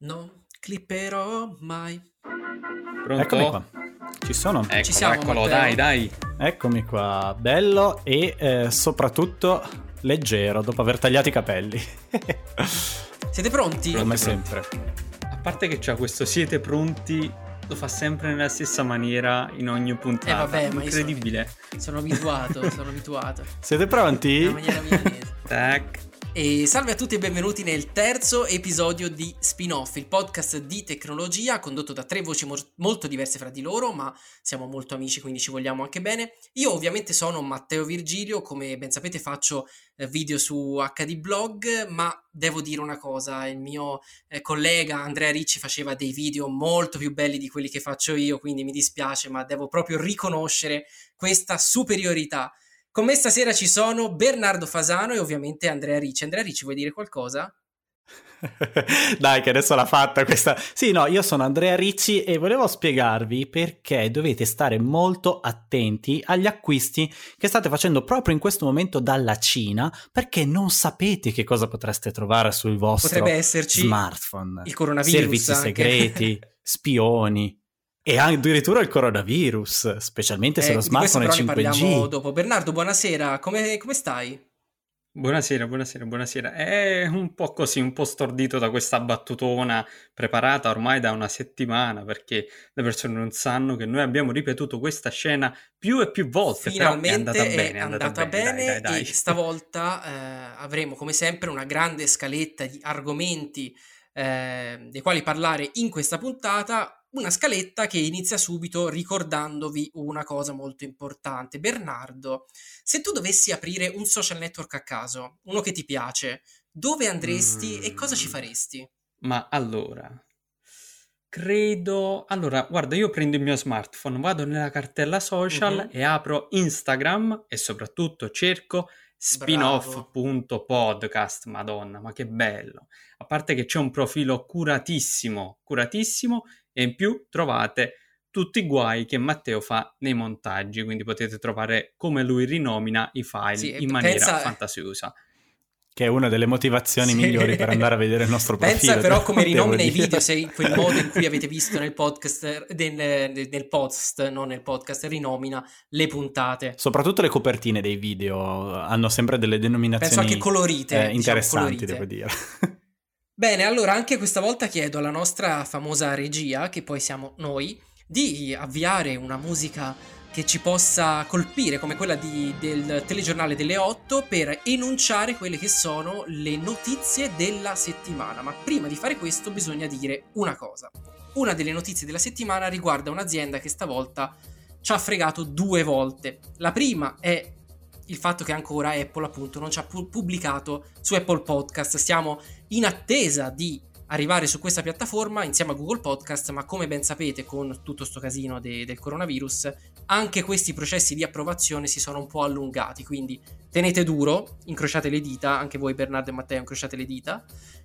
Non clipperò mai. Eccomi Pronto? qua. Ci sono? Ci siamo, Eccolo, Matteo? dai. Eccomi qua. Bello e soprattutto leggero dopo aver tagliato i capelli. Siete pronti? Come Pronti. sempre. A parte che c'ha questo siete pronti, lo fa sempre nella stessa maniera in ogni puntata. Vabbè, ma io Incredibile. sono abituato, sono abituato. Siete pronti? Nella maniera milanese. Tac. E salve a tutti e benvenuti nel terzo episodio di Spin-Off, il podcast di tecnologia condotto da tre voci molto diverse fra di loro, ma siamo molto amici, quindi ci vogliamo anche bene. Io ovviamente sono Matteo Virgilio, come ben sapete faccio video su HD Blog, ma devo dire una cosa, il mio collega Andrea Ricci faceva dei video molto più belli di quelli che faccio io, quindi mi dispiace, ma devo proprio riconoscere questa superiorità. Con me stasera ci sono Bernardo Fasano e ovviamente Andrea Ricci. Andrea Ricci, vuoi dire qualcosa? Dai, che adesso l'ha fatta questa. Sì, no, io sono Andrea Ricci e volevo spiegarvi perché dovete stare molto attenti agli acquisti che state facendo proprio in questo momento dalla Cina, perché non sapete che cosa potreste trovare sul vostro Potrebbe esserci smartphone. il coronavirus Servizi anche. segreti, spioni e addirittura il coronavirus, specialmente se lo Di questo smartphone è però ne parliamo 5G. dopo. Bernardo, buonasera, come stai? Buonasera. È un po' così, un po' stordito da questa battutona preparata ormai da una settimana, perché le persone non sanno che noi abbiamo ripetuto questa scena più e più volte. Finalmente Però è andata bene dai. e stavolta avremo come sempre una grande scaletta di argomenti dei quali parlare in questa puntata, una scaletta che inizia subito ricordandovi una cosa molto importante. Bernardo, se tu dovessi aprire un social network a caso, uno che ti piace, dove andresti e cosa ci faresti? Ma allora, guarda, io prendo il mio smartphone, vado nella cartella social Mhm. e apro Instagram e soprattutto cerco Bravo. spinoff.podcast. Madonna, ma che bello! A parte che c'è un profilo curatissimo e in più trovate tutti i guai che Matteo fa nei montaggi, quindi potete trovare come lui rinomina i file Sì, in maniera pensa, fantasiosa. Che è una delle motivazioni sì. migliori per andare a vedere il nostro Pensa profilo. però come devo rinomina i dire. video, se in quel modo in cui avete visto nel podcast, nel post, non nel podcast, rinomina le puntate. Soprattutto le copertine dei video hanno sempre delle Penso denominazioni anche colorite, diciamo interessanti, colorite. devo dire. Bene, allora anche questa volta chiedo alla nostra famosa regia, che poi siamo noi, di avviare una musica che ci possa colpire, come quella del telegiornale delle 8, per enunciare quelle che sono le notizie della settimana. Ma prima di fare questo bisogna dire una cosa. Una delle notizie della settimana riguarda un'azienda che stavolta ci ha fregato 2 volte. La prima è il fatto che ancora Apple appunto non ci ha pubblicato su Apple Podcast. Stiamo in attesa di arrivare su questa piattaforma insieme a Google Podcast, ma come ben sapete con tutto sto casino del coronavirus anche questi processi di approvazione si sono un po' allungati, quindi tenete duro, incrociate le dita, anche voi Bernardo e Matteo incrociate le dita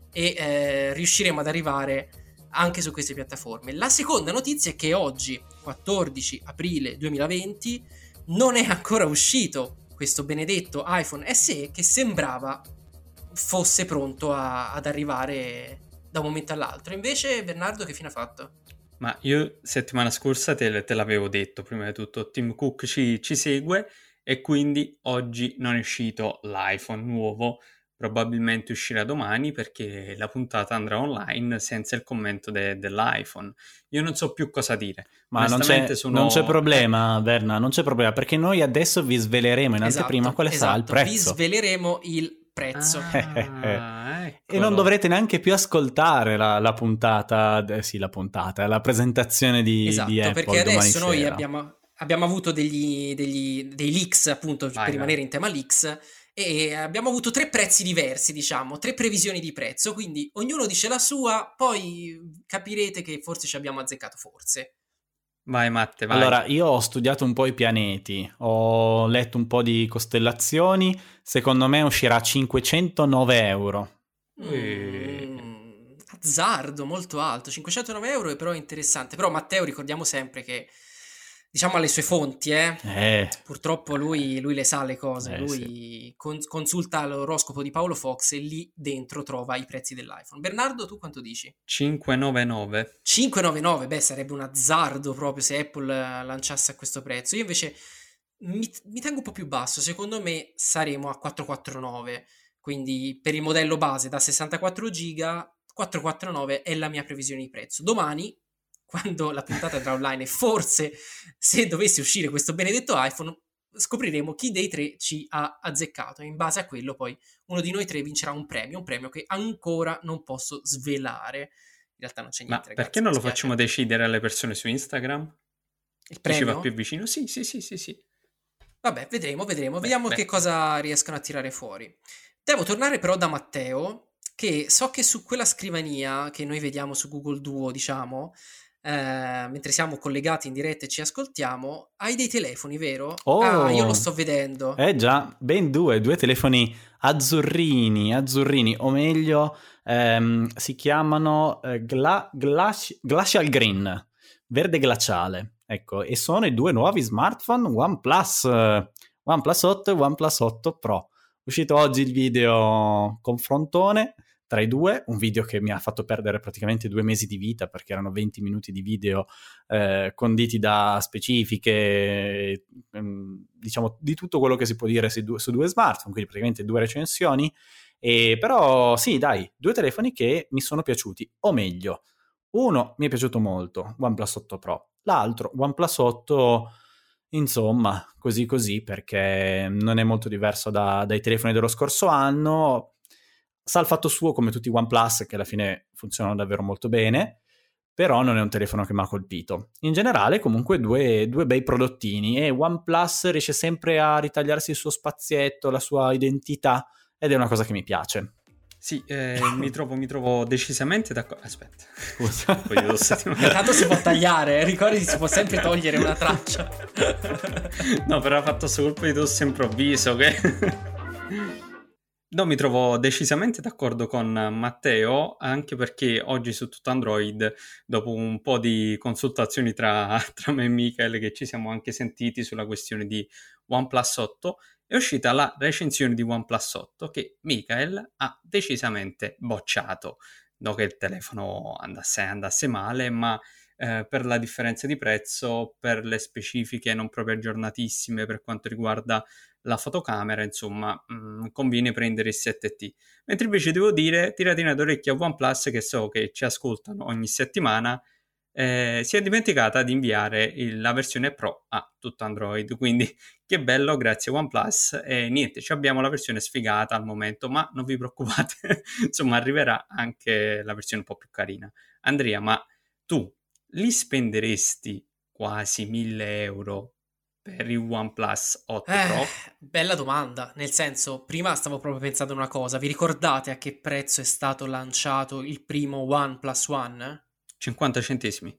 e riusciremo ad arrivare anche su queste piattaforme. La seconda notizia è che oggi 14 aprile 2020 non è ancora uscito questo benedetto iPhone SE che sembrava fosse pronto ad arrivare da un momento all'altro. Invece, Bernardo, che fine ha fatto? Ma io settimana scorsa te l'avevo detto, prima di tutto Tim Cook ci segue e quindi oggi non è uscito l'iPhone nuovo, probabilmente uscirà domani perché la puntata andrà online senza il commento dell'iPhone. Io non so più cosa dire. Ma non c'è problema, Berna, non c'è problema, perché noi adesso vi sveleremo in anteprima quale sarà il prezzo. Vi sveleremo il prezzo. E non dovrete neanche più ascoltare la puntata, la presentazione di Apple perché adesso noi sera. abbiamo avuto dei leaks, appunto, per rimanere in tema leaks, e abbiamo avuto 3 prezzi diversi, diciamo, 3 previsioni di prezzo, quindi ognuno dice la sua, poi capirete che forse ci abbiamo azzeccato, forse. Vai Matte, vai. Allora, io ho studiato un po' i pianeti, ho letto un po' di costellazioni, secondo me uscirà a 509 euro. Azzardo molto alto, 509 euro è però interessante. Però Matteo ricordiamo sempre che diciamo alle sue fonti, Eh, purtroppo lui le sa le cose, sì. lui consulta l'oroscopo di Paolo Fox e lì dentro trova i prezzi dell'iPhone. Bernardo, tu quanto dici? 599. 599, beh, sarebbe un azzardo proprio se Apple lanciasse a questo prezzo. Io invece mi tengo un po' più basso, secondo me saremo a 449, quindi per il modello base da 64 giga, 449 è la mia previsione di prezzo. Domani, quando la puntata andrà online e forse se dovesse uscire questo benedetto iPhone, scopriremo chi dei tre ci ha azzeccato e in base a quello poi uno di noi tre vincerà un premio che ancora non posso svelare. In realtà non c'è Ma niente, perché ragazzi, non mi lo spiace. facciamo decidere alle persone su Instagram? Il Chi ci va premio? più vicino? Sì, sì, sì, sì, sì. Vabbè, vedremo, Beh, vediamo che beh. cosa riescono a tirare fuori. Devo tornare però da Matteo, che so che su quella scrivania che noi vediamo su Google Duo, diciamo, mentre siamo collegati in diretta e ci ascoltiamo, hai dei telefoni, vero? Ah, io lo Oh, sto vedendo. eh già, ben due telefoni azzurrini, o meglio, si chiamano Glacial Green, verde glaciale, ecco, e sono i due nuovi smartphone OnePlus, OnePlus 8 e OnePlus 8 Pro. Uscito oggi il video confrontone tra i due, un video che mi ha fatto perdere praticamente 2 mesi di vita perché erano 20 minuti di video conditi da specifiche, diciamo, di tutto quello che si può dire su due smartphone, quindi praticamente due recensioni. Però sì, dai, due telefoni che mi sono piaciuti, o meglio, uno mi è piaciuto molto, OnePlus 8 Pro, l'altro OnePlus 8, insomma, così così, perché non è molto diverso dai telefoni dello scorso anno. Sa il fatto suo, come tutti i OnePlus, che alla fine funzionano davvero molto bene, però non è un telefono che mi ha colpito. In generale, comunque, due bei prodottini, e OnePlus riesce sempre a ritagliarsi il suo spazietto, la sua identità, ed è una cosa che mi piace. Sì, mi trovo decisamente d'accordo. Aspetta, Scusa. un po' di settimana. Tanto si può tagliare, ricordi, si può sempre togliere una traccia. No, però ha fatto questo colpo di tosse improvviso che... No, mi trovo decisamente d'accordo con Matteo, anche perché oggi su tutto Android, dopo un po' di consultazioni tra me e Michael, che ci siamo anche sentiti sulla questione di OnePlus 8, è uscita la recensione di OnePlus 8 che Michael ha decisamente bocciato. Non che il telefono andasse male, ma per la differenza di prezzo, per le specifiche non proprio aggiornatissime per quanto riguarda la fotocamera, insomma, conviene prendere il 7T. Mentre invece devo dire, tiratina d'orecchio a OnePlus, che so che ci ascoltano ogni settimana, si è dimenticata di inviare la versione Pro a tutto Android, quindi che bello, grazie OnePlus, e niente, ci abbiamo la versione sfigata al momento, ma non vi preoccupate, insomma arriverà anche la versione un po' più carina. Andrea, ma tu li spenderesti quasi 1.000 euro per il OnePlus 8 Eh, Pro? bella domanda, nel senso, prima stavo proprio pensando una cosa, vi ricordate a che prezzo è stato lanciato il primo OnePlus One? 50 centesimi?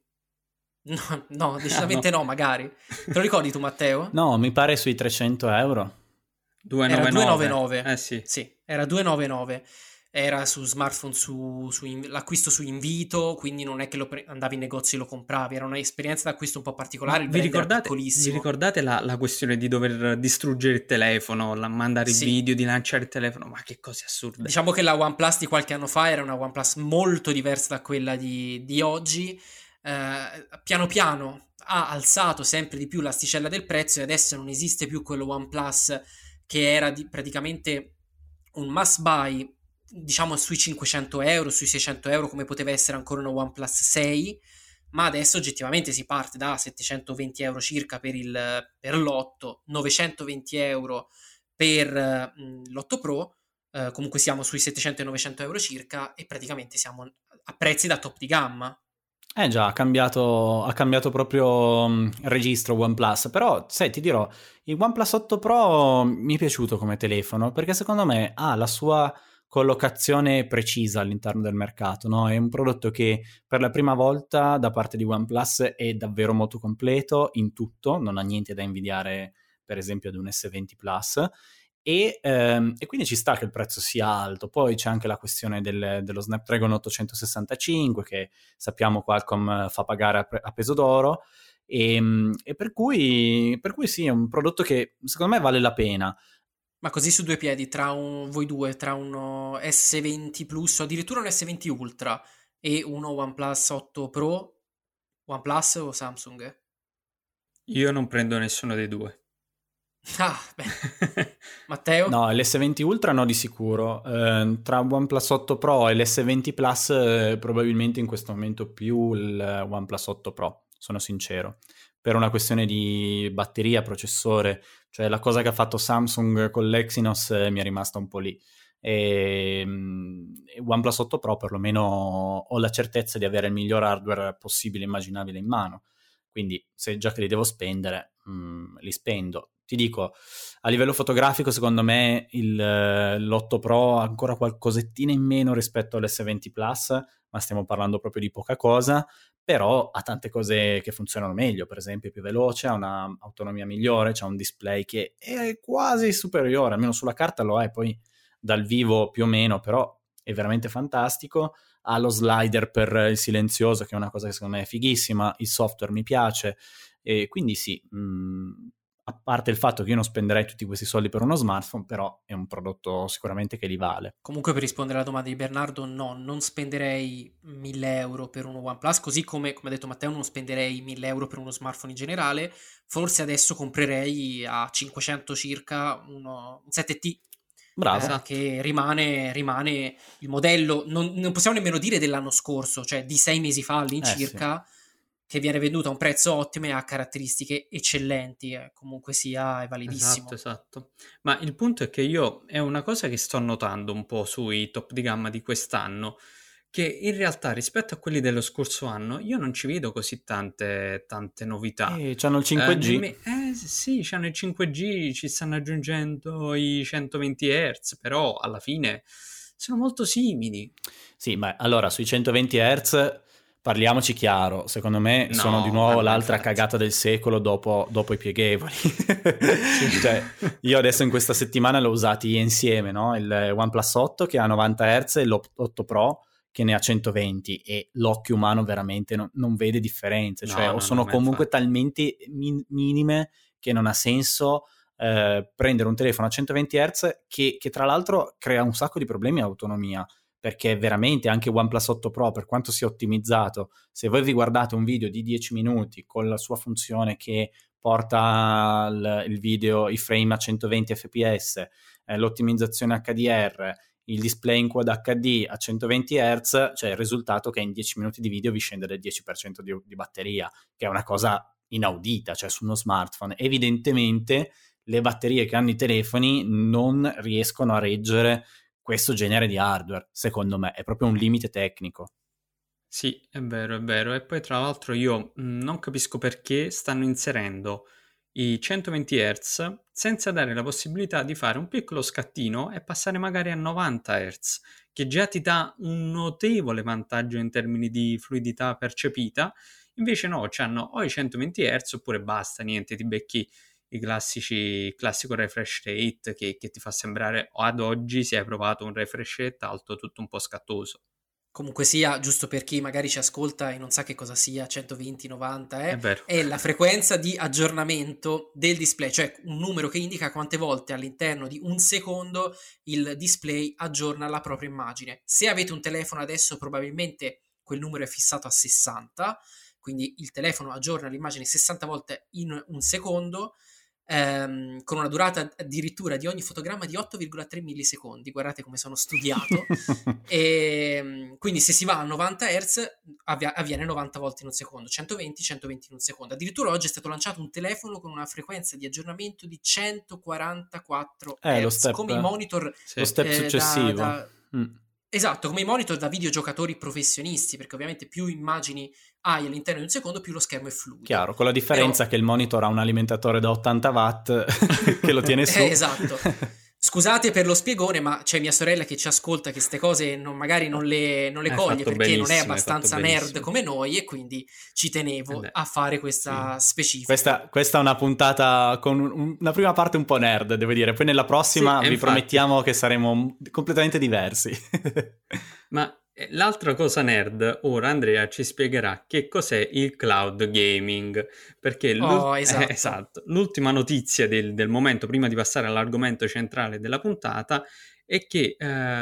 No, no, Ah decisamente no, no, magari. Te lo ricordi tu, Matteo? No, mi pare sui 300 euro. Era 299. 299. Sì. Sì, era 299. Era su smartphone, l'acquisto su invito, quindi non è che andavi in negozio e lo compravi, era un'esperienza d'acquisto un po' Ma particolare, il vi brand era ricordate, vi piccolissimo. ricordate la questione di dover distruggere il telefono, mandare il Sì, video, di lanciare il telefono? Ma che cose assurde. diciamo che la OnePlus di qualche anno fa era una OnePlus molto diversa da quella di oggi. Piano piano ha alzato sempre di più l'asticella del prezzo e adesso non esiste più quello OnePlus che era praticamente un must buy, diciamo sui 500 euro, sui 600 euro, come poteva essere ancora una OnePlus 6, ma adesso oggettivamente si parte da 720 euro circa per l'8, 920 euro per l'8 Pro, comunque siamo sui 700 e 900 euro circa e praticamente siamo a prezzi da top di gamma. Eh già, ha cambiato proprio registro OnePlus, però sai, ti dirò, il OnePlus 8 Pro mi è piaciuto come telefono perché secondo me ha la sua collocazione precisa all'interno del mercato, no? È un prodotto che per la prima volta da parte di OnePlus è davvero molto completo in tutto, non ha niente da invidiare per esempio ad un S20 Plus. E quindi ci sta che il prezzo sia alto. Poi c'è anche la questione dello Snapdragon 865 che sappiamo Qualcomm fa pagare a peso d'oro, e per cui sì, è un prodotto che secondo me vale la pena. Ma così su due piedi, tra voi due, tra uno S20 Plus o addirittura un S20 Ultra e uno OnePlus 8 Pro, OnePlus o Samsung? Io non prendo nessuno dei due. Ah, beh. Matteo? No, l'S20 Ultra no di sicuro. Tra OnePlus 8 Pro e l'S20 Plus probabilmente in questo momento più il OnePlus 8 Pro, sono sincero. Per una questione di batteria, processore, cioè la cosa che ha fatto Samsung con l'Exynos mi è rimasta un po' lì. E OnePlus 8 Pro perlomeno ho la certezza di avere il miglior hardware possibile e immaginabile in mano. Quindi se già che li devo spendere, li spendo. Ti dico, a livello fotografico secondo me l'8 Pro ha ancora qualcosettina in meno rispetto all'S20 Plus, ma stiamo parlando proprio di poca cosa, però ha tante cose che funzionano meglio, per esempio è più veloce, ha un'autonomia migliore, c'ha un display che è quasi superiore, almeno sulla carta lo è, poi dal vivo più o meno, però è veramente fantastico. Ha lo slider per il silenzioso, che è una cosa che secondo me è fighissima, il software mi piace, e quindi sì, a parte il fatto che io non spenderei tutti questi soldi per uno smartphone, però è un prodotto sicuramente che li vale. Comunque per rispondere alla domanda di Bernardo, no, non spenderei 1000 euro per uno OnePlus, così come ha detto Matteo, non spenderei 1000 euro per uno smartphone in generale. Forse adesso comprerei a 500 circa un 7T, Bravo. Esatto. che rimane il modello, non possiamo nemmeno dire dell'anno scorso, cioè di 6 mesi fa all'incirca, che viene venduto a un prezzo ottimo e ha caratteristiche eccellenti, comunque sia, è validissimo. Esatto. Ma il punto è che è una cosa che sto notando un po' sui top di gamma di quest'anno, che in realtà rispetto a quelli dello scorso anno io non ci vedo così tante novità. C'hanno il 5G. Sì, c'hanno il 5G, ci stanno aggiungendo i 120 Hz, però alla fine sono molto simili. Sì, ma allora sui 120 Hz parliamoci chiaro, secondo me No, sono di nuovo vabbè, l'altra infatti. cagata del secolo dopo i pieghevoli. Cioè, io adesso in questa settimana l'ho usati insieme, no? Il OnePlus 8 che ha 90 Hz e l'8 Pro che ne ha 120, e l'occhio umano veramente non vede differenze, cioè No, o sono ma comunque infatti. talmente minime che non ha senso prendere un telefono a 120 Hz che tra l'altro crea un sacco di problemi all'autonomia, perché veramente anche OnePlus 8 Pro, per quanto sia ottimizzato, se voi vi guardate un video di 10 minuti con la sua funzione che porta il video, i frame a 120 fps, l'ottimizzazione HDR, il display in Quad HD a 120 Hz, cioè il risultato che in 10 minuti di video vi scende del 10% di batteria, che è una cosa inaudita, cioè su uno smartphone. Evidentemente le batterie che hanno i telefoni non riescono a reggere questo genere di hardware, secondo me, è proprio un limite tecnico. Sì, è vero, è vero. E poi tra l'altro io non capisco perché stanno inserendo i 120 Hz senza dare la possibilità di fare un piccolo scattino e passare magari a 90 Hz, che già ti dà un notevole vantaggio in termini di fluidità percepita. Invece no, c'hanno o i 120 Hz oppure basta, niente, ti becchi classico refresh rate che ti fa sembrare, o ad oggi si è provato un refresh rate alto tutto un po' scattoso. Comunque sia, giusto per chi magari ci ascolta e non sa che cosa sia 120, 90, È vero. è la frequenza di aggiornamento del display, cioè un numero che indica quante volte all'interno di un secondo il display aggiorna la propria immagine. Se avete un telefono adesso probabilmente quel numero è fissato a 60, quindi il telefono aggiorna l'immagine 60 volte in un secondo, con una durata addirittura di ogni fotogramma di 8,3 millisecondi. Guardate come sono studiato. E quindi se si va a 90 Hz avviene 90 volte in un secondo, 120 in un secondo. Addirittura oggi è stato lanciato un telefono con una frequenza di aggiornamento di 144 Hz, come i monitor lo step successivo. Esatto, come i monitor da videogiocatori professionisti, perché ovviamente più immagini hai all'interno di un secondo, più lo schermo è fluido. Chiaro, con la differenza che il monitor ha un alimentatore da 80 watt che lo tiene su. Esatto. Scusate per lo spiegone, ma c'è mia sorella che ci ascolta, che ste cose magari non le coglie perché non è abbastanza nerd come noi, e quindi ci tenevo a fare questa specifica. Questa è una puntata con una prima parte un po' nerd, devo dire. Poi nella prossima vi promettiamo che saremo completamente diversi. Ma L'altra cosa nerd, ora Andrea ci spiegherà che cos'è il cloud gaming, perché Oh, esatto. esatto, l'ultima notizia del momento, prima di passare all'argomento centrale della puntata, è che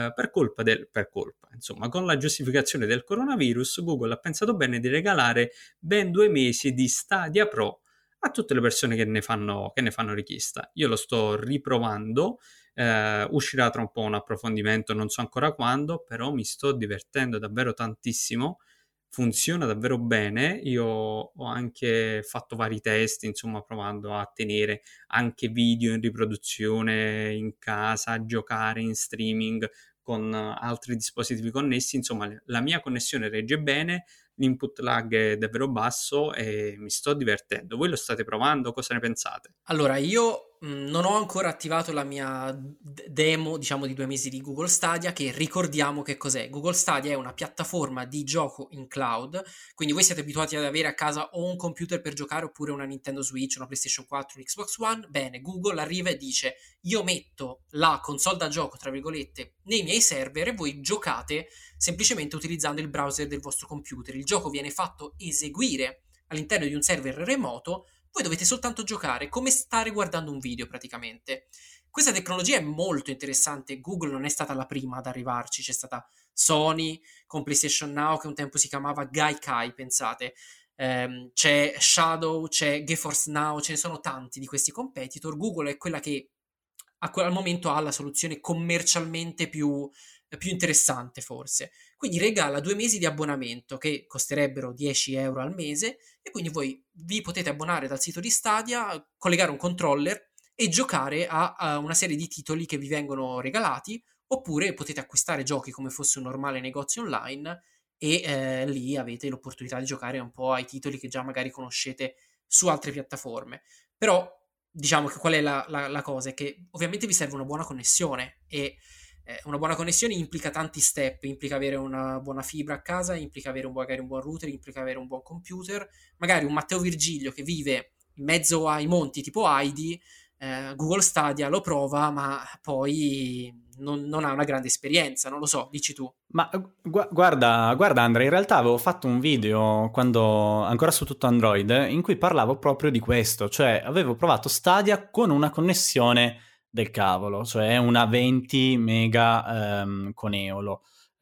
insomma, con la giustificazione del coronavirus, Google ha pensato bene di regalare ben 2 mesi di Stadia Pro a tutte le persone che ne fanno richiesta. Io lo sto riprovando. Uscirà tra un po' un approfondimento, non so ancora quando, però mi sto divertendo davvero tantissimo. Funziona davvero bene. Io ho anche fatto vari test, insomma, provando a tenere anche video in riproduzione in casa, a giocare in streaming con altri dispositivi connessi. Insomma, la mia connessione regge bene, l'input lag è davvero basso e mi sto divertendo. Voi lo state provando? Cosa ne pensate? Allora, io non ho ancora attivato la mia demo, diciamo, di 2 mesi di Google Stadia, che ricordiamo che cos'è. Google Stadia è una piattaforma di gioco in cloud, quindi voi siete abituati ad avere a casa o un computer per giocare oppure una Nintendo Switch, una PlayStation 4, un Xbox One. Bene, Google arriva e dice: io metto la console da gioco, tra virgolette, nei miei server e voi giocate semplicemente utilizzando il browser del vostro computer. Il gioco viene fatto eseguire all'interno di un server remoto, voi dovete soltanto giocare come stare guardando un video praticamente. Questa tecnologia è molto interessante. Google non è stata la prima ad arrivarci, c'è stata Sony con PlayStation Now, che un tempo si chiamava Gaikai, pensate. C'è Shadow, c'è GeForce Now, ce ne sono tanti di questi competitor. Google è quella che al momento ha la soluzione commercialmente più interessante, forse. Quindi regala 2 mesi di abbonamento che costerebbero 10 euro al mese, e quindi voi vi potete abbonare dal sito di Stadia, collegare un controller e giocare a una serie di titoli che vi vengono regalati, oppure potete acquistare giochi come fosse un normale negozio online, e lì avete l'opportunità di giocare un po' ai titoli che già magari conoscete su altre piattaforme. Però diciamo che qual è la cosa? È che ovviamente vi serve una buona connessione, e una buona connessione implica tanti step, implica avere una buona fibra a casa, implica avere magari un buon router, implica avere un buon computer, magari un Matteo Virgilio che vive in mezzo ai monti tipo Heidi, Google Stadia lo prova, ma poi non ha una grande esperienza, non lo so, dici tu. Ma guarda Andrea, in realtà avevo fatto un video quando ancora su tutto Android in cui parlavo proprio di questo, cioè avevo provato Stadia con una connessione del cavolo, cioè una 20 mega con Eolo,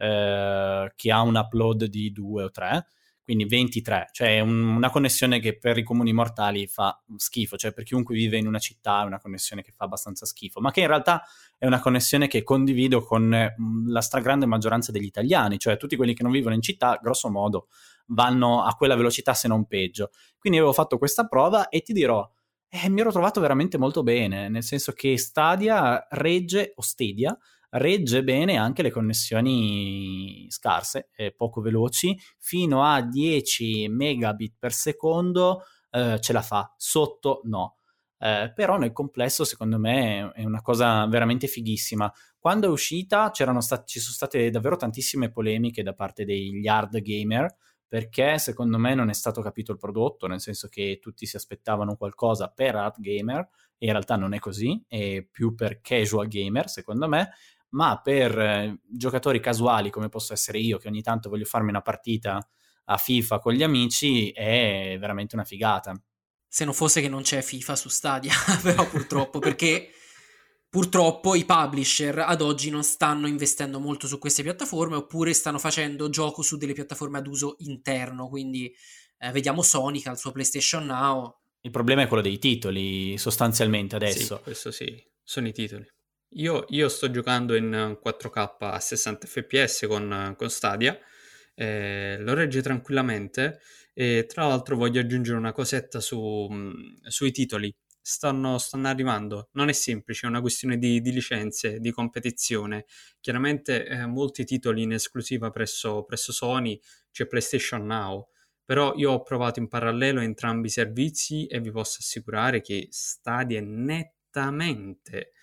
che ha un upload di 2 o 3, quindi 23, cioè una connessione che per i comuni mortali fa schifo, cioè per chiunque vive in una città è una connessione che fa abbastanza schifo, ma che in realtà è una connessione che condivido con la stragrande maggioranza degli italiani, cioè tutti quelli che non vivono in città, grosso modo, vanno a quella velocità se non peggio. Quindi avevo fatto questa prova e ti dirò, mi ero trovato veramente molto bene, nel senso che Stadia regge bene anche le connessioni scarse, poco veloci, fino a 10 megabit per secondo ce la fa, sotto no. Però nel complesso secondo me è una cosa veramente fighissima. Quando è uscita ci sono state davvero tantissime polemiche da parte degli hard gamer, perché secondo me non è stato capito il prodotto, nel senso che tutti si aspettavano qualcosa per hard gamer e in realtà non è così, è più per casual gamer secondo me, ma per giocatori casuali come posso essere io, che ogni tanto voglio farmi una partita a FIFA con gli amici, è veramente una figata. Se non fosse che non c'è FIFA su Stadia, però purtroppo, perché purtroppo i publisher ad oggi non stanno investendo molto su queste piattaforme, oppure stanno facendo gioco su delle piattaforme ad uso interno, quindi vediamo Sony che ha il suo PlayStation Now. Il problema è quello dei titoli, sostanzialmente Sì, adesso. questo sì, sono i titoli. Io sto giocando in 4K a 60 fps con Stadia, lo regge tranquillamente e tra l'altro voglio aggiungere una cosetta sui titoli. Stanno arrivando, non è semplice, è una questione di licenze, di competizione. Chiaramente molti titoli in esclusiva presso Sony, c'è PlayStation Now, però io ho provato in parallelo entrambi i servizi e vi posso assicurare che Stadia è nettamente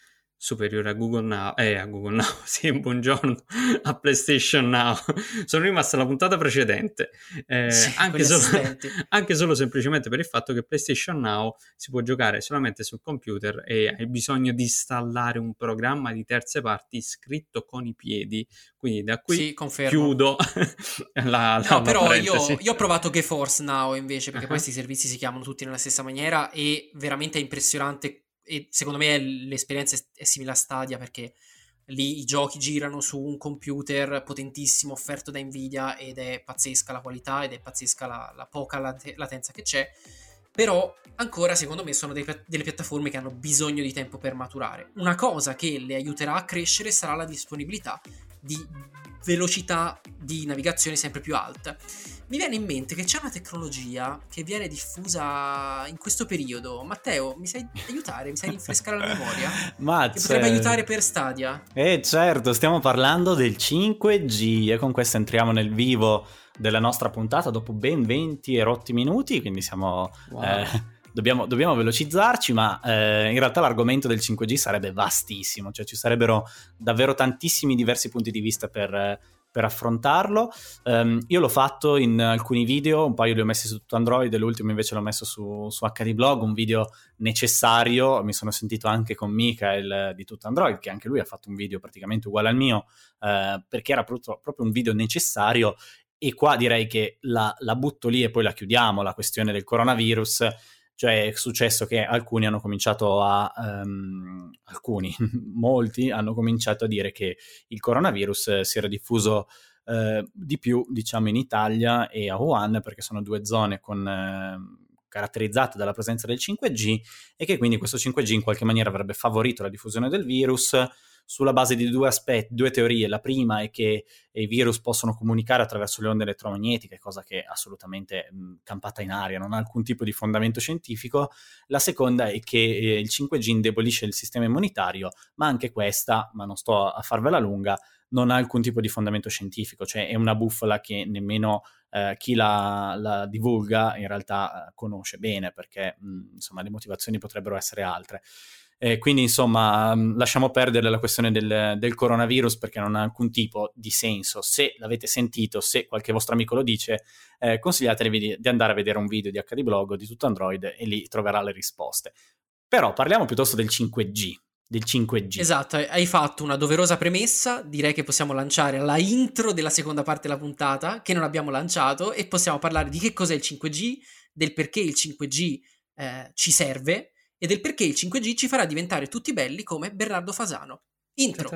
superiore a Google Now, sì, buongiorno, a PlayStation Now. Sono rimasto alla puntata precedente, Sì, con gli assistenti. anche solo semplicemente per il fatto che PlayStation Now si può giocare solamente sul computer e hai bisogno di installare un programma di terze parti scritto con i piedi, quindi da qui Sì, confermo. chiudo No, la però parentesi. io ho provato GeForce Now invece, perché poi Ah, questi servizi si chiamano tutti nella stessa maniera e veramente è impressionante e secondo me l'esperienza è simile a Stadia perché lì i giochi girano su un computer potentissimo offerto da Nvidia ed è pazzesca la qualità ed è pazzesca la poca latenza che c'è, però ancora secondo me sono delle piattaforme che hanno bisogno di tempo per maturare. Una cosa che le aiuterà a crescere sarà la disponibilità di velocità di navigazione sempre più alta. Mi viene in mente che c'è una tecnologia che viene diffusa in questo periodo. Matteo, mi sai aiutare? Mi sai rinfrescare la memoria? Che potrebbe aiutare per Stadia? Certo, stiamo parlando del 5G e con questo entriamo nel vivo della nostra puntata dopo ben 20 e rotti minuti, quindi siamo... wow. Dobbiamo velocizzarci, ma in realtà l'argomento del 5G sarebbe vastissimo, cioè ci sarebbero davvero tantissimi diversi punti di vista per affrontarlo. Io l'ho fatto in alcuni video, un paio li ho messi su tutto Android e l'ultimo invece l'ho messo su HD Blog, un video necessario. Mi sono sentito anche con Michael di tutto Android, che anche lui ha fatto un video praticamente uguale al mio, perché era proprio un video necessario. E qua direi che la butto lì e poi la chiudiamo, la questione del coronavirus. Cioè è successo che alcuni hanno cominciato molti hanno cominciato a dire che il coronavirus si era diffuso di più, diciamo, in Italia e a Wuhan, perché sono due zone caratterizzate dalla presenza del 5G e che quindi questo 5G in qualche maniera avrebbe favorito la diffusione del virus sulla base di due teorie. La prima è che i virus possono comunicare attraverso le onde elettromagnetiche, cosa che è assolutamente campata in aria, non ha alcun tipo di fondamento scientifico. La seconda è che il 5G indebolisce il sistema immunitario, ma anche questa, ma non sto a farvela lunga, non ha alcun tipo di fondamento scientifico, cioè è una bufala che nemmeno chi la divulga in realtà conosce bene, perché insomma le motivazioni potrebbero essere altre. Quindi insomma lasciamo perdere la questione del coronavirus, perché non ha alcun tipo di senso. Se l'avete sentito, se qualche vostro amico lo dice, consigliatevi di andare a vedere un video di HD Blog di tutto Android e lì troverà le risposte. Però parliamo piuttosto del 5G. Del 5G. Esatto, hai fatto una doverosa premessa, direi che possiamo lanciare la intro della seconda parte della puntata, che non abbiamo lanciato, e possiamo parlare di che cos'è il 5G, del perché il 5G ci serve, e del perché il 5G ci farà diventare tutti belli come Bernardo Fasano. Intro.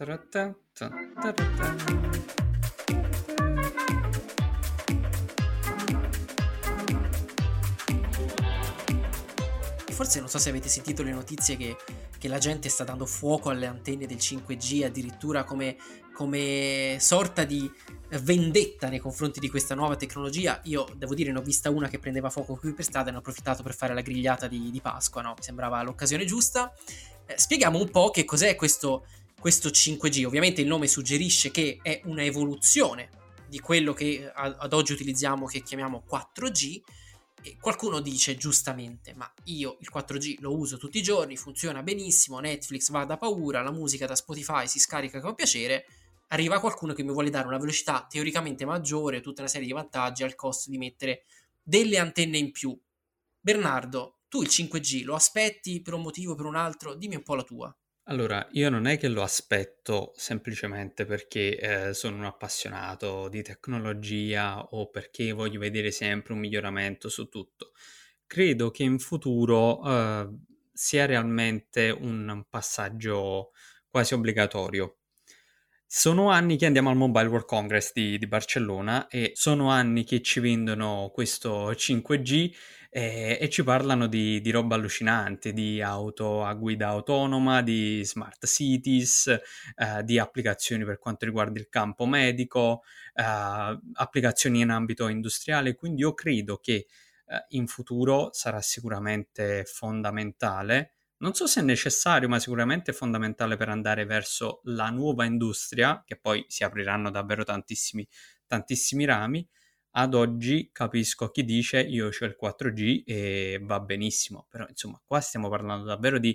Forse non so se avete sentito le notizie che la gente sta dando fuoco alle antenne del 5G, addirittura come sorta di vendetta nei confronti di questa nuova tecnologia. Io devo dire, ne ho vista una che prendeva fuoco qui per strada e ne ho approfittato per fare la grigliata di Pasqua, no? Mi sembrava l'occasione giusta. Spieghiamo un po' che cos'è questo 5G. Ovviamente il nome suggerisce che è una evoluzione di quello che ad oggi utilizziamo, che chiamiamo 4G. E qualcuno dice giustamente: ma io il 4G lo uso tutti i giorni, funziona benissimo, Netflix va da paura, la musica da Spotify si scarica con piacere. Arriva qualcuno che mi vuole dare una velocità teoricamente maggiore, tutta una serie di vantaggi al costo di mettere delle antenne in più. Bernardo, tu il 5G lo aspetti per un motivo o per un altro? Dimmi un po' la tua. Allora, io non è che lo aspetto semplicemente perché sono un appassionato di tecnologia o perché voglio vedere sempre un miglioramento su tutto. Credo che in futuro sia realmente un passaggio quasi obbligatorio. Sono anni che andiamo al Mobile World Congress di Barcellona e sono anni che ci vendono questo 5G e ci parlano di roba allucinante, di auto a guida autonoma, di smart cities, di applicazioni per quanto riguarda il campo medico, applicazioni in ambito industriale. Quindi io credo che in futuro sarà sicuramente fondamentale. Non so se è necessario, ma sicuramente è fondamentale per andare verso la nuova industria, che poi si apriranno davvero tantissimi rami. Ad oggi capisco chi dice io ho il 4G e va benissimo, però insomma qua stiamo parlando davvero di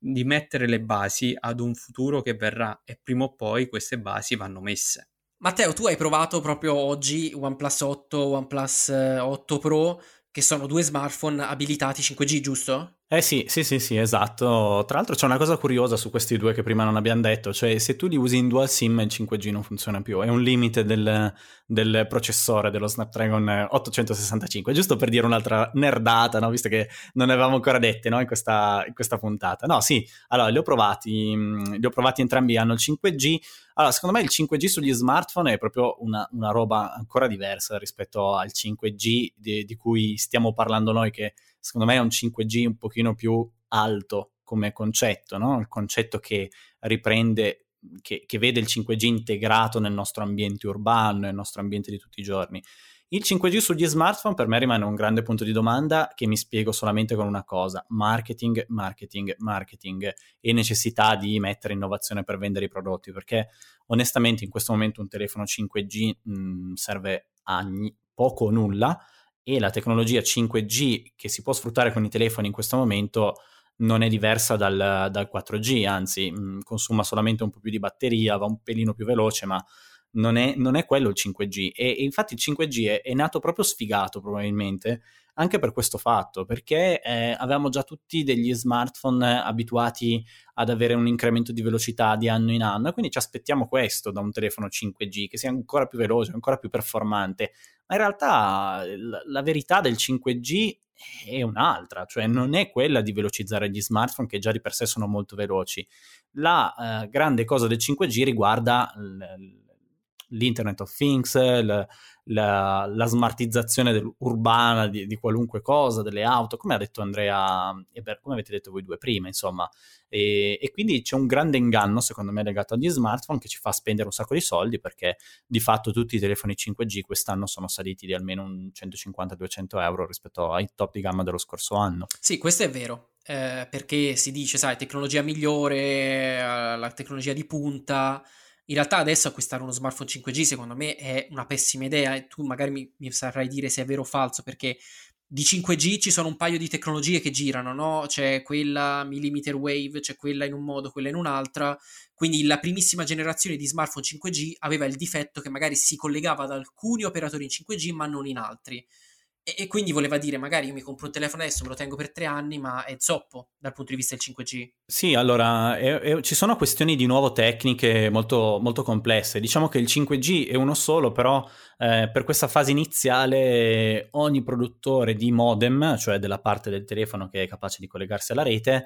di mettere le basi ad un futuro che verrà, e prima o poi queste basi vanno messe. Matteo, tu hai provato proprio oggi OnePlus 8, OnePlus 8 Pro, che sono due smartphone abilitati 5G, giusto? Eh sì, sì, sì, sì, esatto. Tra l'altro c'è una cosa curiosa su questi due che prima non abbiamo detto, cioè se tu li usi in dual SIM il 5G non funziona più, è un limite del processore dello Snapdragon 865, giusto per dire un'altra nerdata, no? Visto che non ne avevamo ancora dette, no? In questa puntata. No, sì, allora li ho provati entrambi, hanno il 5G. Allora, secondo me il 5G sugli smartphone è proprio una roba ancora diversa rispetto al 5G di cui stiamo parlando noi, che secondo me è un 5G un pochino più alto come concetto, no? Il concetto che riprende, che vede il 5G integrato nel nostro ambiente urbano, nel nostro ambiente di tutti i giorni. Il 5G sugli smartphone per me rimane un grande punto di domanda che mi spiego solamente con una cosa: marketing, marketing, marketing e necessità di mettere innovazione per vendere i prodotti, perché onestamente in questo momento un telefono 5G serve a poco o nulla, e la tecnologia 5G che si può sfruttare con i telefoni in questo momento non è diversa dal 4G, anzi consuma solamente un po' più di batteria, va un pelino più veloce, ma non è quello il 5G. E infatti il 5G è nato proprio sfigato probabilmente anche per questo fatto, perché avevamo già tutti degli smartphone abituati ad avere un incremento di velocità di anno in anno, e quindi ci aspettiamo questo da un telefono 5G, che sia ancora più veloce, ancora più performante. Ma in realtà la verità del 5G è un'altra, cioè non è quella di velocizzare gli smartphone che già di per sé sono molto veloci. La grande cosa del 5G riguarda l'Internet of Things, la smartizzazione urbana di qualunque cosa, delle auto, come ha detto Andrea, e come avete detto voi due prima, insomma. E quindi c'è un grande inganno, secondo me, legato agli smartphone, che ci fa spendere un sacco di soldi, perché di fatto tutti i telefoni 5G quest'anno sono saliti di almeno un 150-200 euro rispetto ai top di gamma dello scorso anno. Sì, questo è vero, perché si dice, sai, tecnologia migliore, la tecnologia di punta. In realtà adesso acquistare uno smartphone 5G secondo me è una pessima idea, e tu magari mi saprai dire se è vero o falso, perché di 5G ci sono un paio di tecnologie che girano, no? C'è quella millimeter wave, c'è quella in un modo, quella in un'altra. Quindi la primissima generazione di smartphone 5G aveva il difetto che magari si collegava ad alcuni operatori in 5G ma non in altri. E quindi voleva dire, magari io mi compro un telefono adesso, me lo tengo per 3 anni, ma è zoppo dal punto di vista del 5G. Sì, allora, ci sono questioni di nuovo tecniche molto, molto complesse. Diciamo che il 5G è uno solo, però per questa fase iniziale ogni produttore di modem, cioè della parte del telefono che è capace di collegarsi alla rete,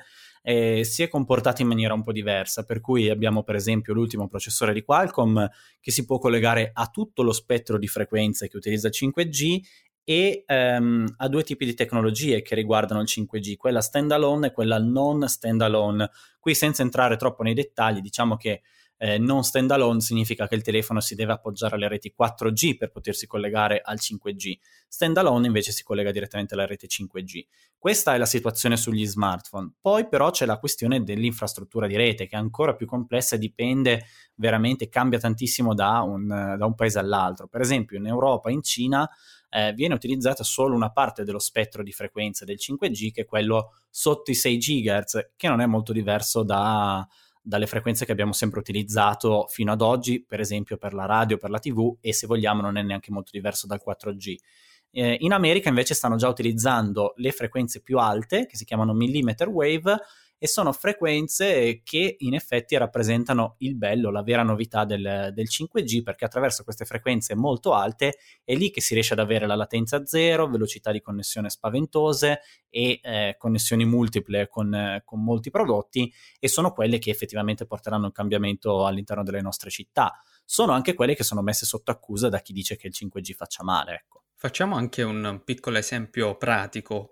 si è comportato in maniera un po' diversa, per cui abbiamo per esempio l'ultimo processore di Qualcomm che si può collegare a tutto lo spettro di frequenze che utilizza il 5G, e ha due tipi di tecnologie che riguardano il 5G, quella standalone e quella non standalone. Qui, senza entrare troppo nei dettagli, diciamo che non standalone significa che il telefono si deve appoggiare alle reti 4G per potersi collegare al 5G. Standalone invece si collega direttamente alla rete 5G. Questa è la situazione sugli smartphone. Poi però c'è la questione dell'infrastruttura di rete, che è ancora più complessa e dipende veramente, cambia tantissimo da un paese all'altro. Per esempio in Europa, in Cina, viene utilizzata solo una parte dello spettro di frequenze del 5G, che è quello sotto i 6 GHz, che non è molto diverso dalle frequenze che abbiamo sempre utilizzato fino ad oggi, per esempio per la radio, per la TV, e se vogliamo non è neanche molto diverso dal 4G. In America invece stanno già utilizzando le frequenze più alte, che si chiamano millimeter wave, e sono frequenze che in effetti rappresentano il bello, la vera novità del 5G, perché attraverso queste frequenze molto alte è lì che si riesce ad avere la latenza zero, velocità di connessione spaventose e connessioni multiple con molti prodotti, e sono quelle che effettivamente porteranno il cambiamento all'interno delle nostre città. Sono anche quelle che sono messe sotto accusa da chi dice che il 5G faccia male, ecco. Facciamo anche un piccolo esempio pratico.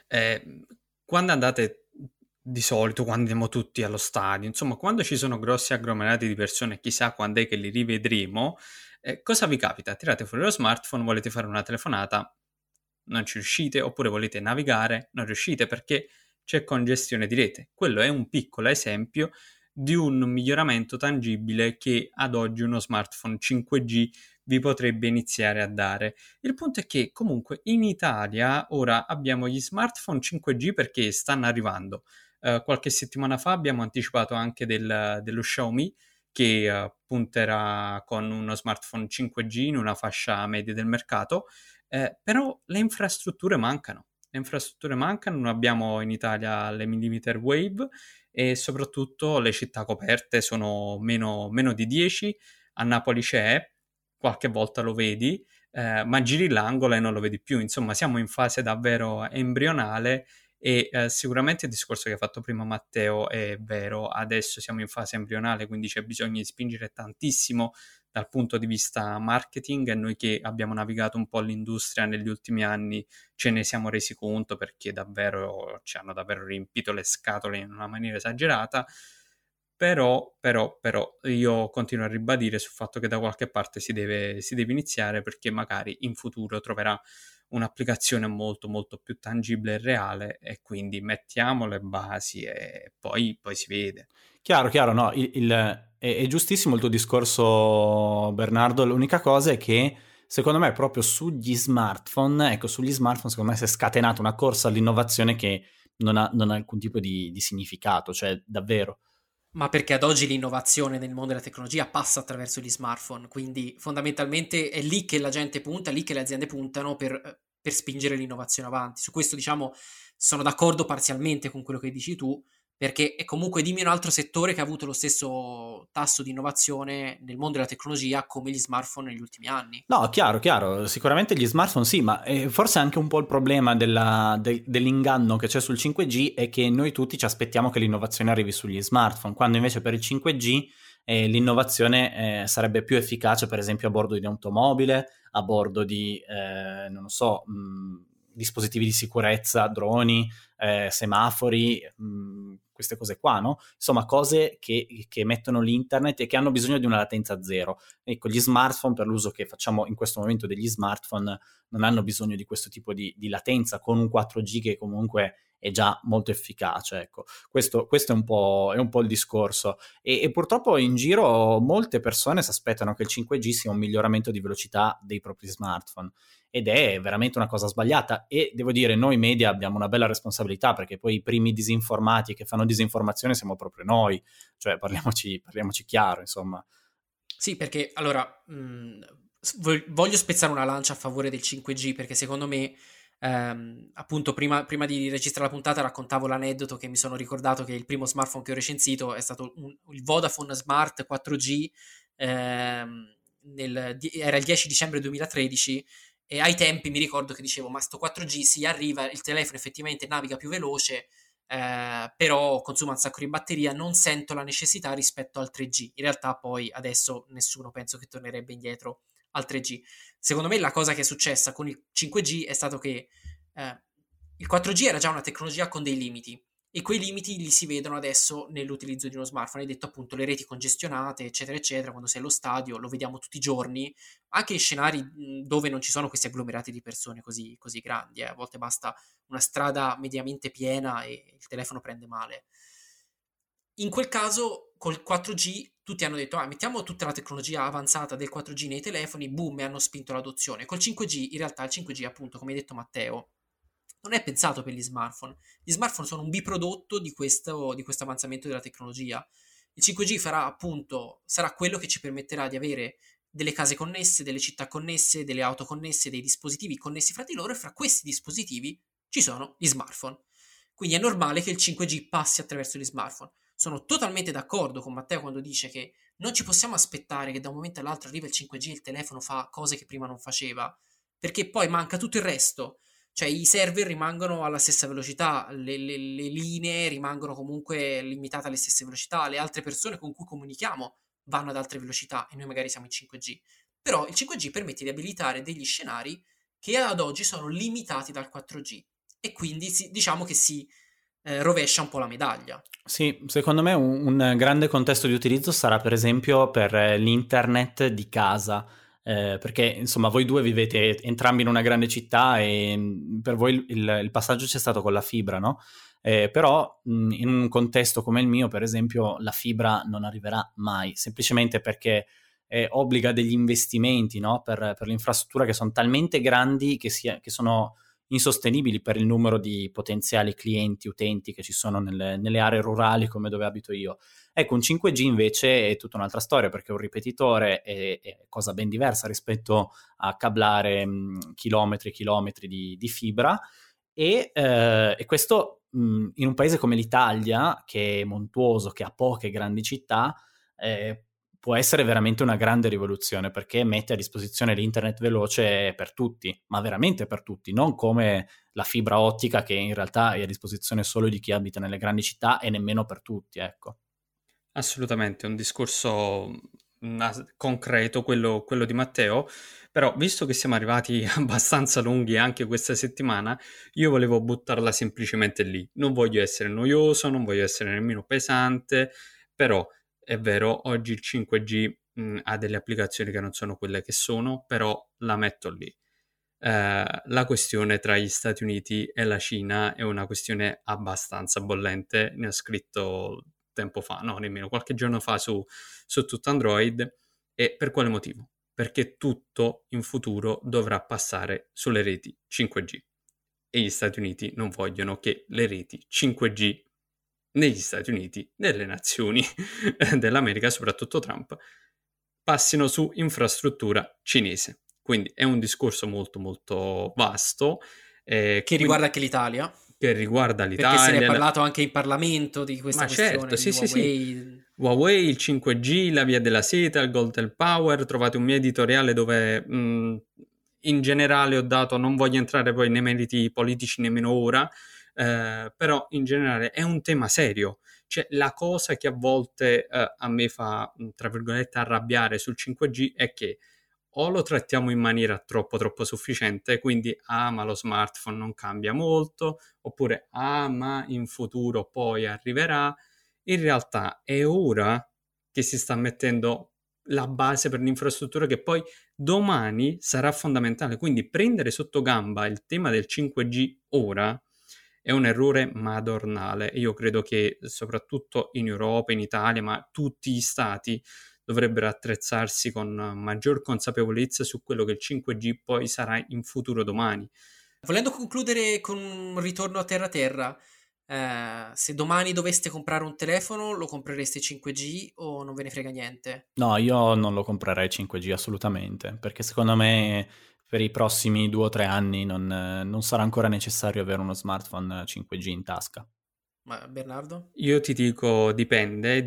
Quando andate di solito, quando andiamo tutti allo stadio, insomma, quando ci sono grossi agglomerati di persone, chissà quando è che li rivedremo, cosa vi capita? Tirate fuori lo smartphone, volete fare una telefonata, non ci riuscite, oppure volete navigare, non riuscite perché c'è congestione di rete. Quello è un piccolo esempio di un miglioramento tangibile che ad oggi uno smartphone 5G vi potrebbe iniziare a dare. Il punto è che comunque in Italia ora abbiamo gli smartphone 5G perché stanno arrivando, Qualche settimana fa abbiamo anticipato anche dello Xiaomi che punterà con uno smartphone 5G in una fascia media del mercato, però le infrastrutture mancano. Le infrastrutture mancano, non abbiamo in Italia le millimeter wave e soprattutto le città coperte sono meno di 10. A Napoli c'è, qualche volta lo vedi, ma giri l'angolo e non lo vedi più. Insomma, siamo in fase davvero embrionale e sicuramente il discorso che ha fatto prima Matteo è vero. Adesso siamo in fase embrionale, quindi c'è bisogno di spingere tantissimo dal punto di vista marketing, e noi che abbiamo navigato un po' l'industria negli ultimi anni ce ne siamo resi conto, perché davvero ci hanno davvero riempito le scatole in una maniera esagerata. Però, io continuo a ribadire sul fatto che da qualche parte si deve iniziare, perché magari in futuro troverà un'applicazione molto molto più tangibile e reale, e quindi mettiamo le basi e poi si vede. Chiaro, chiaro, no, è giustissimo il tuo discorso, Bernardo. L'unica cosa è che secondo me proprio sugli smartphone, ecco, sugli smartphone secondo me si è scatenata una corsa all'innovazione che non ha alcun tipo di significato, cioè davvero. Ma perché ad oggi l'innovazione nel mondo della tecnologia passa attraverso gli smartphone, quindi fondamentalmente è lì che la gente punta, lì che le aziende puntano per spingere l'innovazione avanti. Su questo, diciamo, sono d'accordo parzialmente con quello che dici tu, perché è comunque, dimmi un altro settore che ha avuto lo stesso tasso di innovazione nel mondo della tecnologia come gli smartphone negli ultimi anni. No, chiaro, chiaro, sicuramente gli smartphone sì, ma forse anche un po' il problema dell'inganno che c'è sul 5G è che noi tutti ci aspettiamo che l'innovazione arrivi sugli smartphone, quando invece per il 5G l'innovazione sarebbe più efficace, per esempio a bordo di un'automobile, a bordo di, non lo so, dispositivi di sicurezza, droni, semafori, queste cose qua, no? Insomma, cose che mettono l'internet e che hanno bisogno di una latenza zero. Ecco, gli smartphone, per l'uso che facciamo in questo momento degli smartphone, non hanno bisogno di questo tipo di latenza, con un 4G che comunque è già molto efficace, ecco. Questo è un po' il discorso. E purtroppo in giro molte persone si aspettano che il 5G sia un miglioramento di velocità dei propri smartphone, ed è veramente una cosa sbagliata. E devo dire, noi media abbiamo una bella responsabilità, perché poi i primi disinformati che fanno disinformazione siamo proprio noi, cioè parliamoci chiaro, insomma. Sì, perché allora voglio spezzare una lancia a favore del 5G, perché secondo me, appunto, prima di registrare la puntata raccontavo l'aneddoto che mi sono ricordato che il primo smartphone che ho recensito è stato il Vodafone Smart 4G, era il 10 dicembre 2013. E ai tempi mi ricordo che dicevo, ma sto 4G si arriva, il telefono effettivamente naviga più veloce, però consuma un sacco di batteria, non sento la necessità rispetto al 3G. In realtà poi adesso nessuno penso che tornerebbe indietro al 3G. Secondo me la cosa che è successa con il 5G è stato che il 4G era già una tecnologia con dei limiti, e quei limiti li si vedono adesso nell'utilizzo di uno smartphone. Hai detto appunto le reti congestionate, eccetera, eccetera, quando sei allo stadio, lo vediamo tutti i giorni, anche in scenari dove non ci sono questi agglomerati di persone così, così grandi. A volte basta una strada mediamente piena e il telefono prende male. In quel caso, col 4G, tutti hanno detto, mettiamo tutta la tecnologia avanzata del 4G nei telefoni, boom, e hanno spinto l'adozione. Col 5G, in realtà il 5G, appunto, come hai detto Matteo, non è pensato per gli smartphone. Gli smartphone sono un biprodotto di questo avanzamento della tecnologia. Il 5G sarà quello che ci permetterà di avere delle case connesse, delle città connesse, delle auto connesse, dei dispositivi connessi fra di loro, e fra questi dispositivi ci sono gli smartphone. Quindi è normale che il 5G passi attraverso gli smartphone. Sono totalmente d'accordo con Matteo quando dice che non ci possiamo aspettare che da un momento all'altro arriva il 5G e il telefono fa cose che prima non faceva, perché poi manca tutto il resto. Cioè i server rimangono alla stessa velocità, le linee rimangono comunque limitate alle stesse velocità, le altre persone con cui comunichiamo vanno ad altre velocità e noi magari siamo in 5G. Però il 5G permette di abilitare degli scenari che ad oggi sono limitati dal 4G, e quindi diciamo che si rovescia un po' la medaglia. Sì, secondo me un grande contesto di utilizzo sarà per esempio per l'internet di casa, perché insomma voi due vivete entrambi in una grande città e per voi il passaggio c'è stato con la fibra, no? Però in un contesto come il mio, per esempio, la fibra non arriverà mai, semplicemente perché obbliga degli investimenti, no? Per l'infrastruttura che sono talmente grandi che sono insostenibili per il numero di potenziali clienti, utenti che ci sono nelle aree rurali come dove abito io. Ecco, un 5G invece è tutta un'altra storia, perché un ripetitore è cosa ben diversa rispetto a cablare chilometri e chilometri di fibra, e questo in un paese come l'Italia, che è montuoso, che ha poche grandi città, può essere veramente una grande rivoluzione, perché mette a disposizione l'internet veloce per tutti, ma veramente per tutti, non come la fibra ottica che in realtà è a disposizione solo di chi abita nelle grandi città e nemmeno per tutti, ecco. Assolutamente, un discorso concreto, quello di Matteo, però visto che siamo arrivati abbastanza lunghi anche questa settimana, io volevo buttarla semplicemente lì. Non voglio essere noioso, non voglio essere nemmeno pesante, però è vero, oggi il 5G ha delle applicazioni che non sono quelle che sono, però la metto lì. La questione tra gli Stati Uniti e la Cina è una questione abbastanza bollente, ne ho scritto tempo fa, no, nemmeno qualche giorno fa su tutto Android. E per quale motivo? Perché tutto in futuro dovrà passare sulle reti 5G e gli Stati Uniti non vogliono che le reti 5G negli Stati Uniti, nelle nazioni dell'America, soprattutto Trump, passino su infrastruttura cinese. Quindi è un discorso molto molto vasto. Che riguarda anche l'Italia. Che riguarda l'Italia. Perché se ne è parlato anche in Parlamento di questa questione, certo, sì, Huawei. Sì. Huawei, il 5G, la via della seta, il Golden Power. Trovate un mio editoriale dove in generale ho dato, non voglio entrare poi nei meriti politici nemmeno ora, però in generale è un tema serio. Cioè, la cosa che a volte a me fa, tra virgolette, arrabbiare sul 5G è che o lo trattiamo in maniera troppo sufficiente, quindi ma lo smartphone non cambia molto, oppure ma in futuro poi arriverà. In realtà è ora che si sta mettendo la base per l'infrastruttura che poi domani sarà fondamentale. Quindi prendere sotto gamba il tema del 5G ora è un errore madornale. Io credo che soprattutto in Europa, in Italia, ma tutti gli stati dovrebbero attrezzarsi con maggior consapevolezza su quello che il 5G poi sarà in futuro domani. Volendo concludere con un ritorno a terra, se domani doveste comprare un telefono, lo comprereste 5G o non ve ne frega niente? No, io non lo comprerei 5G assolutamente, perché secondo me per i prossimi 2 o 3 anni non sarà ancora necessario avere uno smartphone 5G in tasca. Ma Bernardo? Io ti dico dipende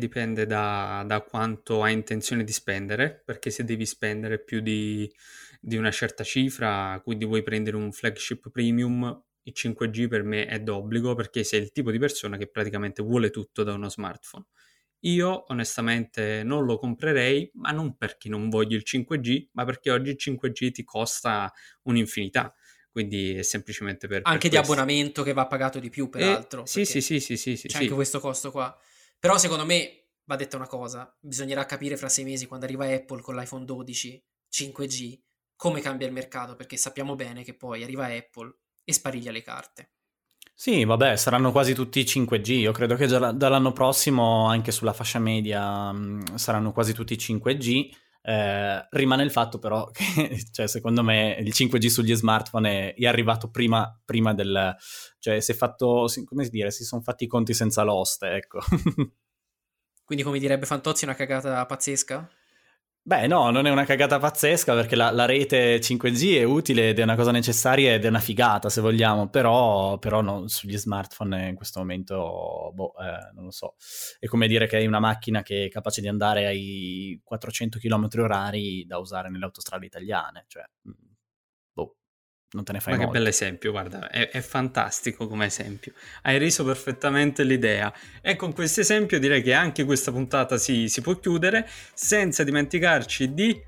da quanto hai intenzione di spendere, perché se devi spendere più di una certa cifra, quindi vuoi prendere un flagship premium, il 5G per me è d'obbligo, perché sei il tipo di persona che praticamente vuole tutto da uno smartphone. Io onestamente non lo comprerei, ma non perché non voglio il 5G, ma perché oggi il 5G ti costa un'infinità. Quindi è semplicemente anche per di abbonamento che va pagato di più, peraltro. Sì. C'è anche questo costo qua. Però secondo me va detta una cosa, bisognerà capire fra 6 mesi, quando arriva Apple con l'iPhone 12 5G, come cambia il mercato, perché sappiamo bene che poi arriva Apple e spariglia le carte. Sì, vabbè, saranno quasi tutti 5G. Io credo che già dall'anno prossimo anche sulla fascia media saranno quasi tutti 5G. Rimane il fatto però che, cioè, secondo me il 5G sugli smartphone è arrivato prima del... Cioè, si è fatto, come si dire, si sono fatti i conti senza l'oste, ecco. Quindi, come direbbe Fantozzi, una cagata pazzesca? Beh, no, non è una cagata pazzesca, perché la rete 5G è utile ed è una cosa necessaria ed è una figata, se vogliamo, però no, sugli smartphone in questo momento, non lo so. È come dire che hai una macchina che è capace di andare ai 400 km orari da usare nelle autostrade italiane, cioè, non te ne fai molto. Ma che bell'esempio, guarda, è fantastico come esempio. Hai reso perfettamente l'idea. E con questo esempio direi che anche questa puntata si può chiudere, senza dimenticarci di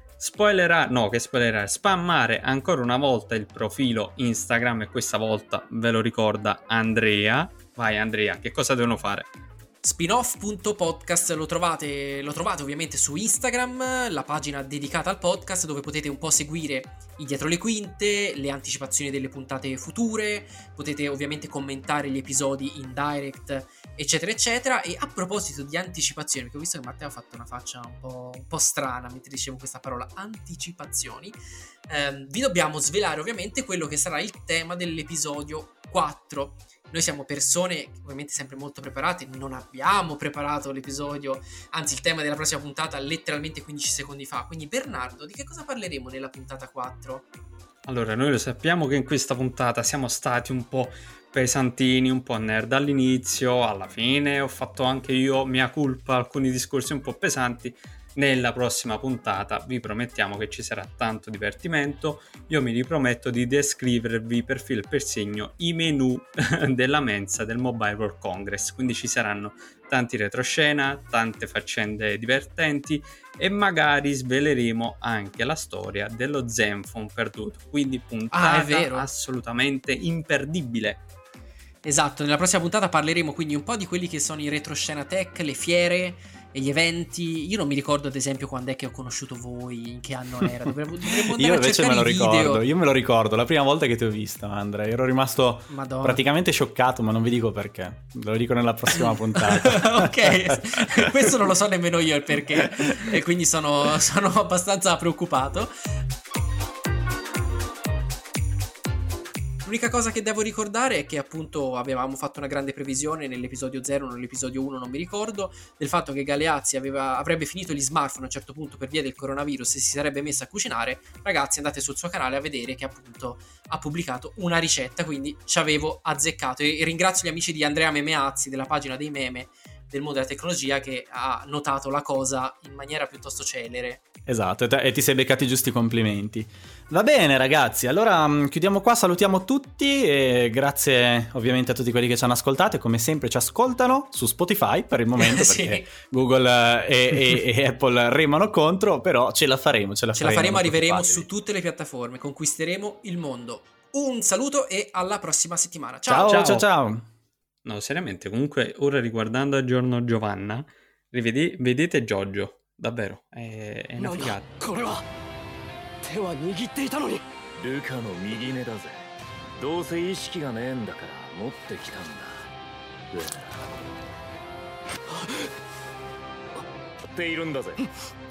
spammare ancora una volta il profilo Instagram, e questa volta ve lo ricorda Andrea. Vai Andrea, che cosa devono fare? Spinoff.podcast lo trovate ovviamente su Instagram, la pagina dedicata al podcast dove potete un po' seguire i dietro le quinte, le anticipazioni delle puntate future, potete ovviamente commentare gli episodi in direct, eccetera eccetera. E a proposito di anticipazioni, perché ho visto che Matteo ha fatto una faccia un po' strana mentre dicevo questa parola anticipazioni, vi dobbiamo svelare ovviamente quello che sarà il tema dell'episodio 4. Noi siamo persone ovviamente sempre molto preparate, non abbiamo preparato l'episodio, anzi il tema della prossima puntata letteralmente 15 secondi fa. Quindi Bernardo, di che cosa parleremo nella puntata 4? Allora, noi lo sappiamo che in questa puntata siamo stati un po' pesantini, un po' nerd all'inizio, alla fine ho fatto anche io mia colpa, alcuni discorsi un po' pesanti. Nella prossima puntata vi promettiamo che ci sarà tanto divertimento. Io mi riprometto di descrivervi per filo e per segno i menu della mensa del Mobile World Congress, quindi ci saranno tanti retroscena, tante faccende divertenti e magari sveleremo anche la storia dello Zenfone perduto, quindi puntata assolutamente imperdibile. Esatto, nella prossima puntata parleremo quindi un po' di quelli che sono i retroscena tech, le fiere e gli eventi. Io non mi ricordo ad esempio quando è che ho conosciuto voi, in che anno era. Dovremmo andare io a invece me lo ricordo, video. io me lo ricordo, la prima volta che ti ho vista, Andrea, ero rimasto Madonna. praticamente scioccato, ma non vi dico perché, ve lo dico nella prossima puntata. Ok, questo non lo so nemmeno io il perché, e quindi sono abbastanza preoccupato. L'unica cosa che devo ricordare è che appunto avevamo fatto una grande previsione nell'episodio 0 o nell'episodio 1, non mi ricordo, del fatto che Galeazzi avrebbe finito gli smartphone a un certo punto per via del coronavirus e si sarebbe messa a cucinare. Ragazzi, andate sul suo canale a vedere che appunto ha pubblicato una ricetta, quindi ci avevo azzeccato. E ringrazio gli amici di Andrea Memeazzi della pagina dei meme del mondo della tecnologia che ha notato la cosa in maniera piuttosto celere. Esatto, e ti sei beccati i giusti complimenti. Va bene ragazzi, allora chiudiamo qua, salutiamo tutti e grazie ovviamente a tutti quelli che ci hanno ascoltato e come sempre ci ascoltano su Spotify per il momento Sì. perché Google e Apple remano contro, però ce la faremo, arriveremo su tutte le piattaforme, conquisteremo il mondo. Un saluto e alla prossima settimana. Ciao. No, seriamente, comunque ora riguardando a Giorno Giovanna, vedete Giorgio, davvero, è una figata. 手は握っていたのに。ルカの右目だぜ。どうせ意識がねえんだから持ってきたんだ。っているんだぜ。